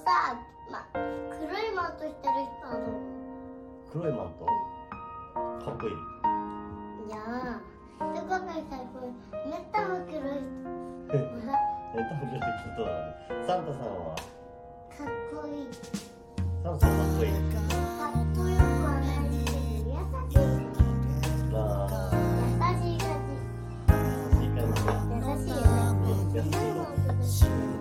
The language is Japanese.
さ、黒いマントしてる人はどう？ 黒いマントかっこいい。 いやー、すごくかっこいい。めったも黒い人。 多分黒い人だね。サンタさんはかっこいい。 サンタさんかっこいい。 かっこよくはないけど、優しい。 まあ優しい感じ。 いい感じ。 優しいよね。 優しい黒いマントだし